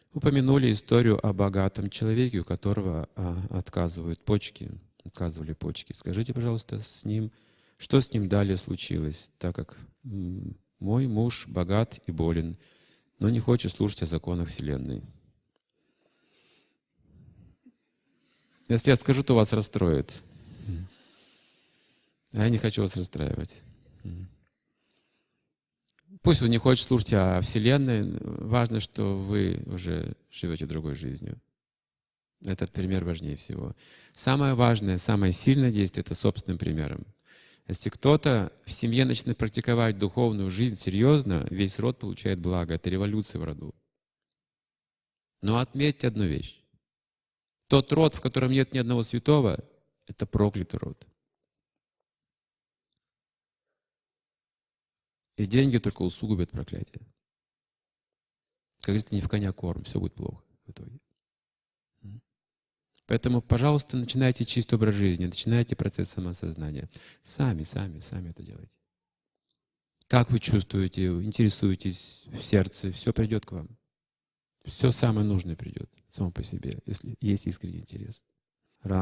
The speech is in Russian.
упомянули историю о богатом человеке, у которого отказывают почки, отказывали почки. Скажите, пожалуйста, что с ним далее случилось, так как мой муж богат и болен, но не хочет слушать о законах Вселенной. Если я скажу, то вас расстроит. А я не хочу вас расстраивать. Пусть он не хочет слушать о Вселенной, важно, что вы уже живете другой жизнью. Этот пример важнее всего. Самое важное, самое сильное действие — это собственным примером. Если кто-то в семье начинает практиковать духовную жизнь серьезно, весь род получает благо. Это революция в роду. Но отметьте одну вещь. Тот род, в котором нет ни одного святого, это проклятый род. И деньги только усугубят проклятие. Как говорится, не в коня корм, все будет плохо в итоге. Поэтому, пожалуйста, начинайте чистый образ жизни, начинайте процесс самоосознания. Сами это делайте. Как вы чувствуете, интересуетесь в сердце, все придет к вам. Все самое нужное придет само по себе, если есть искренний интерес.